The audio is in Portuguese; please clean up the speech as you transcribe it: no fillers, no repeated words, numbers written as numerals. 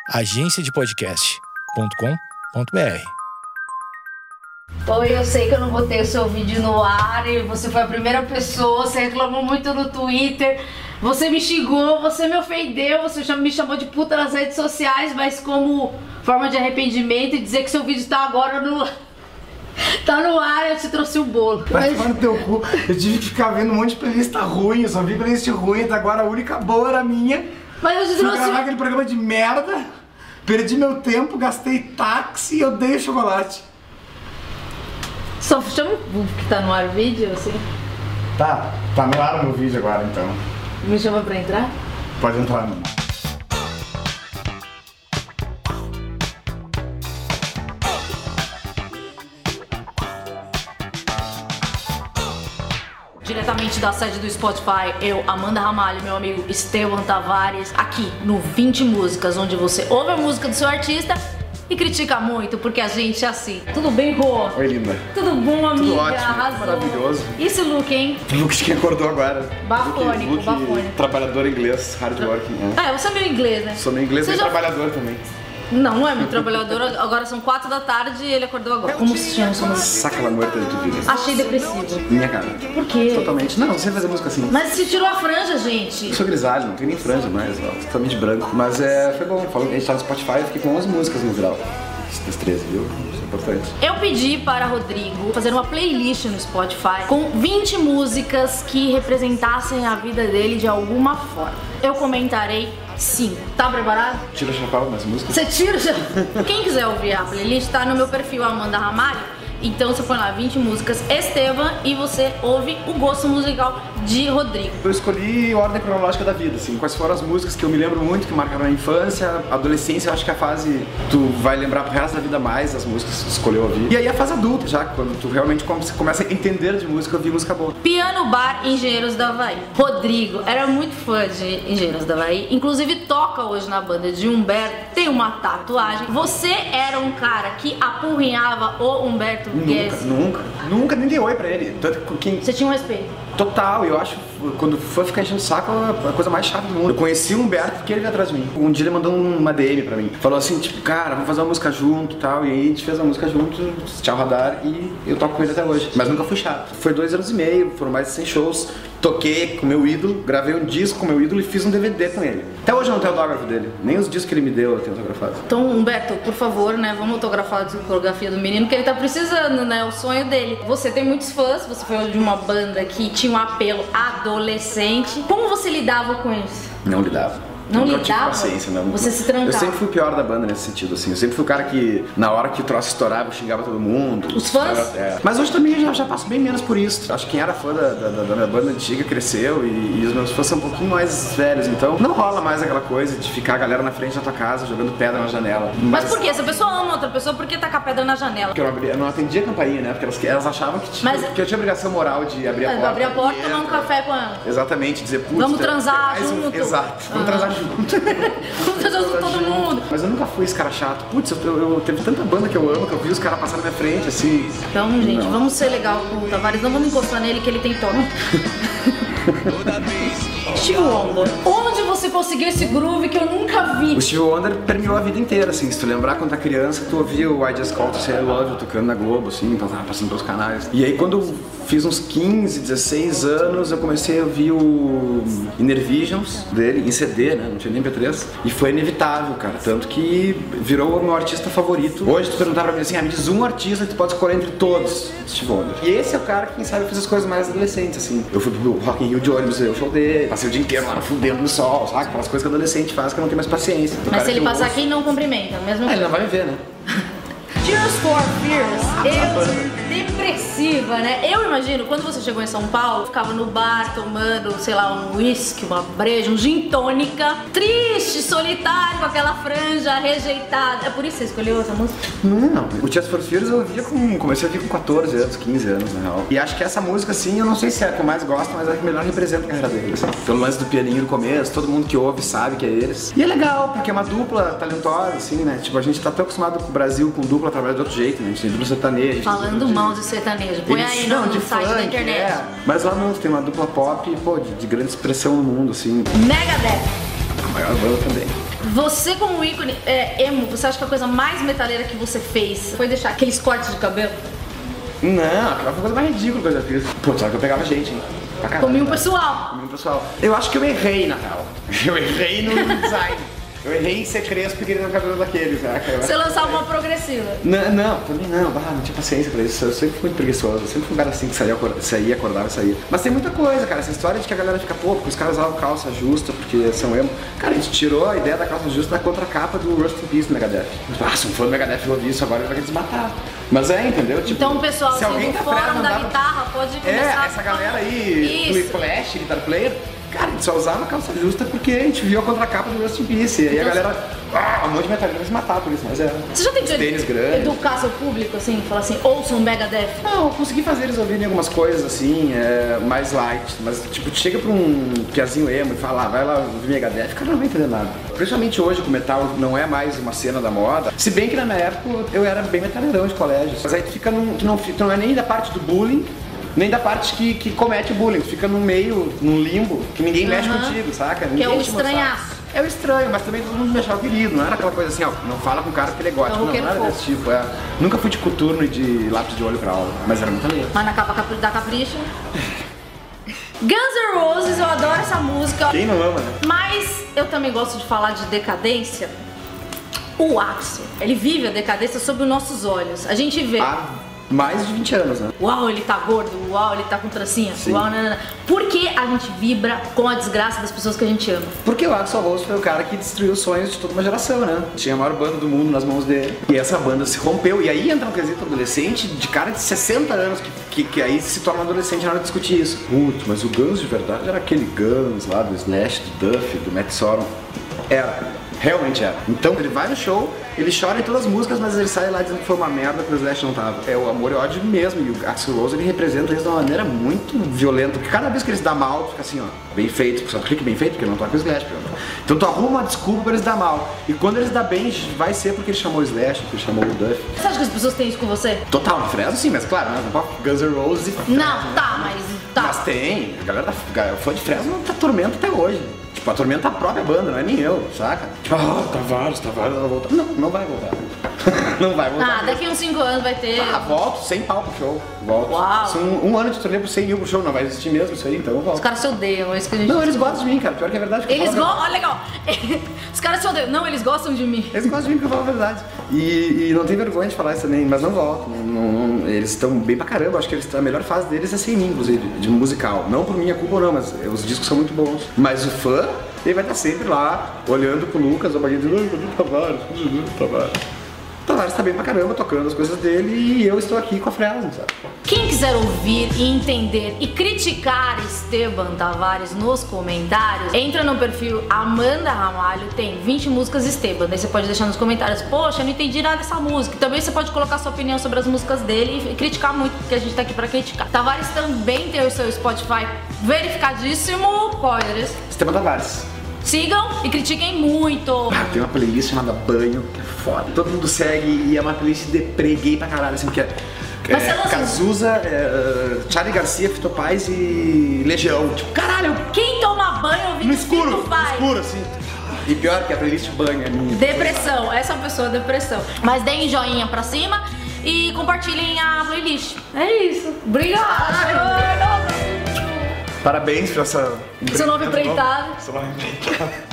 agenciadepodcast.com.br. Oi, eu sei que eu não botei o seu vídeo no ar e você foi a primeira pessoa, você reclamou muito no Twitter, você me xingou, você me ofendeu, você me chamou de puta nas redes sociais, mas como forma de arrependimento e dizer que seu vídeo tá agora no... tá no ar, eu te trouxe o bolo. Vai tomar no teu cu, eu tive que ficar vendo um monte de playlist ruim, eu só vi playlist ruim, até agora a única boa era a minha. Mas eu te Fui trouxe... gravar aquele programa de merda, perdi meu tempo, gastei táxi e eu odeio chocolate. Só chama o que tá no ar o vídeo, assim? Tá no ar o meu vídeo agora então. Me chama pra entrar? Pode entrar, mano. Diretamente da sede do Spotify, eu, Amanda Ramalho, meu amigo Esteban Tavares, aqui no 20 Músicas, onde você ouve a música do seu artista e critica muito, porque a gente é assim. Tudo bem, Rô? Oi, linda. Tudo bom, amiga? Tudo ótimo, arrasou. maravilhoso. E esse look, hein? Lucas que acordou agora. Bafônico, Look bafônico. Trabalhador inglês, hard working. Você é meu inglês, né? Sou meu inglês e trabalhador também. Não é meu trabalhador, agora são 4 da tarde e ele acordou agora. Como se chama essa música? Saca la muerte de tu vida. Achei depressivo. Minha cara. Por quê? Totalmente. Não sei fazer música assim. Mas você tirou a franja, gente. Eu sou grisalho, não tenho nem franja mais, ó, totalmente branco. Mas foi bom, falou que a gente tá no Spotify, eu fiquei com 11 músicas no geral. Das 13, viu? Isso é importante. Eu pedi para Rodrigo fazer uma playlist no Spotify com 20 músicas que representassem a vida dele de alguma forma. Eu comentarei 5. Tá preparado? Tira o chapéu nas músicas. Você tira o chapéu. Quem quiser ouvir a playlist, tá no meu perfil Amanda Ramalho. Então você põe lá 20 músicas Esteban e você ouve o gosto musical de Rodrigo. Eu escolhi ordem cronológica da vida, assim, quais foram as músicas que eu me lembro muito, que marcaram a infância, a adolescência. Eu acho que é a fase tu vai lembrar pro resto da vida mais as músicas que tu escolheu ouvir. E aí a fase adulta já, quando tu realmente começa a entender de música, ouvir música boa. Piano Bar Engenheiros do Havaí. Rodrigo era muito fã de Engenheiros do Havaí, inclusive toca hoje na banda de Humberto, tem uma tatuagem. Você era um cara que apurrinhava o Humberto Guedes? Nunca nem dei oi pra ele. Tanto com quem... Você tinha um respeito? Total, eu acho, quando foi ficar enchendo o saco, a coisa mais chata do mundo. Eu conheci o Humberto porque ele veio atrás de mim. Um dia ele mandou uma DM pra mim. Falou assim, tipo, cara, vamos fazer uma música junto e tal. E aí a gente fez uma música junto, tchau radar, e eu toco com ele até hoje. Mas nunca fui chato. Foi 2 anos e meio, foram mais de 100 shows. Toquei com meu ídolo, gravei um disco com meu ídolo e fiz um DVD com ele. Até hoje eu não tenho autógrafo dele. Nem os discos que ele me deu eu tenho autografado. Então, Humberto, por favor, né, vamos autografar a discografia do menino, que ele tá precisando, né, o sonho dele. Você tem muitos fãs, você foi de uma banda que tinha um apelo adolescente. Como você lidava com isso? Não lidava. Não nunca lidava? tive paciência, não. Você se trancava? Eu sempre fui o pior da banda nesse sentido, assim. Eu sempre fui o cara que, na hora que o troço estourava, eu xingava todo mundo. Os fãs? Mas hoje também já passo bem menos por isso. Acho que quem era fã da minha banda antiga cresceu e os meus fãs são um pouquinho mais velhos. Então não rola mais aquela coisa de ficar a galera na frente da tua casa jogando pedra na janela. Mas por quê? Se a pessoa ama outra pessoa, por que tacar pedra na janela? Porque eu não atendia a campainha, né? Porque elas achavam que eu tinha obrigação moral de abrir a porta. Abrir a porta e tomar um café com ela. Exatamente, dizer, putz, vamos transar junto. Exato, vamos transar junto. Vamos transar com todo mundo. Mas eu nunca fui esse cara chato. Putz, eu teve tanta banda que eu amo, que eu vi os caras passar na minha frente, assim. Então, gente, vamos ser legal com o Tavares, não vamos encostar nele que ele tem toque. Steve Wonder, onde você conseguiu esse groove que eu nunca vi? O Steve Wonder permeou a vida inteira, assim. Se tu lembrar quando tá criança, tu ouvia o I Just Called to Say I Love You tocando na Globo, assim, então tava passando pelos canais. E aí quando eu fiz uns 15, 16 anos, eu comecei a ouvir o Inner Visions dele, em CD, né, não tinha nem MP3. E foi inevitável, cara, tanto que virou o meu artista favorito. Hoje tu perguntar pra mim assim, me diz um artista que tu pode escolher entre todos, Steve Wonder. E esse é o cara que, quem sabe, fez as coisas mais adolescentes, assim. Eu fui pro Rock in Rio de ônibus, eu show dele, passei o dia inteiro lá fudendo no sol, sabe? Aquelas coisas que adolescente faz que eu não tenho mais paciência. Mas se ele passar aqui, não cumprimenta, mesmo. Ele não vai me ver, né? Tears for Fears, depressiva, né? Eu imagino, quando você chegou em São Paulo, ficava no bar tomando, sei lá, um whisky, uma breja, um gin tônica, triste, solitário, com aquela franja rejeitada. É por isso que você escolheu essa música? Não. O Tears for Fears eu ouvia comecei a ouvir com 14 anos, 15 anos, na real. E acho que essa música, assim, eu não sei se é a que eu mais gosto, mas é a que melhor representa a carreira deles. Assim. Pelo lance do pianinho no começo, todo mundo que ouve sabe que é eles. E é legal, porque é uma dupla talentosa, assim, né? Tipo, a gente tá tão acostumado com o Brasil, com dupla, trabalha de outro jeito, né? A gente tem dupla sertaneja. Falando mal de sertanejo. Põe aí no site da internet. Mas lá não, tem uma dupla pop, pô, de grande expressão no mundo, assim. Megadeth. A maior banda também. Você como ícone emo, você acha que a coisa mais metaleira que você fez foi deixar aqueles cortes de cabelo? Não, aquela foi a coisa mais ridícula que eu já fiz. Pô, sabe que eu pegava gente, hein? Pra caralho, Comi um né? pessoal. Comi um pessoal. Eu acho que eu errei, na real. Eu errei no design. Eu errei em ser crespo e querer ter o cabelo daqueles, né? Você lançava uma progressiva. Não, também não, não tinha paciência pra isso. Eu sempre fui muito preguiçoso, eu sempre fui um cara assim que saía, acordava e saía. Mas tem muita coisa, cara, essa história de que a galera fica, pô, porque os caras usavam calça justa, porque são emo. Cara, a gente tirou a ideia da calça justa da contracapa do Rust in Peace do Megadeth. Ah, se um fã do Megadeth ouvir isso agora, ele vai desmatar. Mas entendeu? Tipo, então o pessoal, se alguém do tá fórum da guitarra pode começar essa galera aí, Flash, Guitar Player, cara, a gente só usava calça justa porque a gente viu a contracapa do Rust in Peace. E aí a galera, um monte de metalheiro vai se matar por isso, mas Você já tentou educar seu público, assim, falar assim, ouçam Megadeth? Não, eu consegui fazer eles ouvirem algumas coisas assim, mais light, mas tipo, chega pra um piazinho emo e fala, vai lá ouvir Megadeth, o cara não vai entender nada. Principalmente hoje que o metal não é mais uma cena da moda, se bem que na minha época eu era bem metaleirão de colégio, mas aí tu fica tu não é nem da parte do bullying, nem da parte que comete bullying, tu fica no meio, num limbo, que ninguém mexe contigo, saca? Que é o estranhaço. É o estranho, mas também todo mundo me achava querido, não era aquela coisa assim, ó, não fala com o cara porque ele é gótico, não era desse tipo, Nunca fui de coturno e de lápis de olho pra aula, mas era muito legal. Mas na capa da Capricho. Guns N' Roses, eu adoro essa música. Quem não ama, né? Mas eu também gosto de falar de decadência. O Axl, ele vive a decadência sob os nossos olhos. A gente vê... Mais de 20 anos, né? Uau, ele tá gordo, uau, ele tá com trancinha, uau, nanana. Por que a gente vibra com a desgraça das pessoas que a gente ama? Porque o Axl Rose foi o cara que destruiu os sonhos de toda uma geração, né? Tinha a maior banda do mundo nas mãos dele. E essa banda se rompeu. E aí entra um quesito adolescente de cara de 60 anos que aí se torna adolescente na hora de discutir isso. Putz, mas o Guns de verdade era aquele Guns lá do Slash, do Duff, do Matt Sorum. Era. Realmente era. Então ele vai no show, ele chora em todas as músicas, mas ele sai lá dizendo que foi uma merda que o Slash não tava. É o amor e ódio mesmo, e o Axl Rose ele representa isso de uma maneira muito violenta, porque cada vez que ele se dá mal, fica assim, ó, bem feito. Sabe por que bem feito? Porque ele não toca o Slash. Então tu arruma uma desculpa pra ele se dar mal. E quando ele se dá bem, vai ser porque ele chamou o Slash, porque ele chamou o Duff. Você acha que as pessoas têm isso com você? Total, no Fresno sim, mas claro, né? Guns N' Roses e Fresno, não, tá, mas tá. Mas tem, a galera o fã de Fresno tá atormenta até hoje. Tipo, atormenta a própria banda, não é nem eu, saca? Tipo, Tavares vai voltar. Não vai voltar. Não vai voltar. Daqui uns 5 anos vai ter... Volto, 100 pau pro show. Volto. Uau. São um ano de turnê por 100 mil pro show, não vai existir mesmo isso aí, então eu volto. Os caras se odeiam, é isso que a gente... Não, eles gostam de mim, cara, pior que é verdade. Eles gostam, olha legal. Os caras se odeiam, não, eles gostam de mim. Eles gostam de mim porque eu falo a verdade. E não tem vergonha de falar isso também, mas não volto. Eles estão bem pra caramba, acho que a melhor fase deles é sem mim, inclusive, de musical. Não por minha culpa ou não, mas os discos são muito bons. Mas o fã, ele vai estar sempre lá, olhando pro Lucas, o Baguinho dizendo, Tavares. O Tavares tá bem pra caramba, tocando as coisas dele e eu estou aqui com a Fresno, sabe? Quem quiser ouvir e entender e criticar Esteban Tavares nos comentários, entra no perfil Amanda Ramalho, tem 20 músicas Esteban, daí você pode deixar nos comentários, poxa, eu não entendi nada dessa música. Também você pode colocar sua opinião sobre as músicas dele e criticar muito, porque a gente tá aqui pra criticar. Tavares também tem o seu Spotify verificadíssimo, qual é esse? Esteban Tavares. Sigam e critiquem muito. Tem uma playlist chamada Banho, que é foda. Todo mundo segue e é uma playlist deprê gay pra caralho, assim, que é Cazuza, Charlie Garcia, Fito Paz e Legião. Tipo, caralho! Quem toma banho ouvindo no escuro, Fito Paz? No escuro, assim. E pior que a playlist Banho é minha. Depressão, essa pessoa é depressão. Mas deem joinha pra cima e compartilhem a playlist. É isso. Obrigada! Parabéns por essa... Seu nome empreitado. Seu nome empreitado.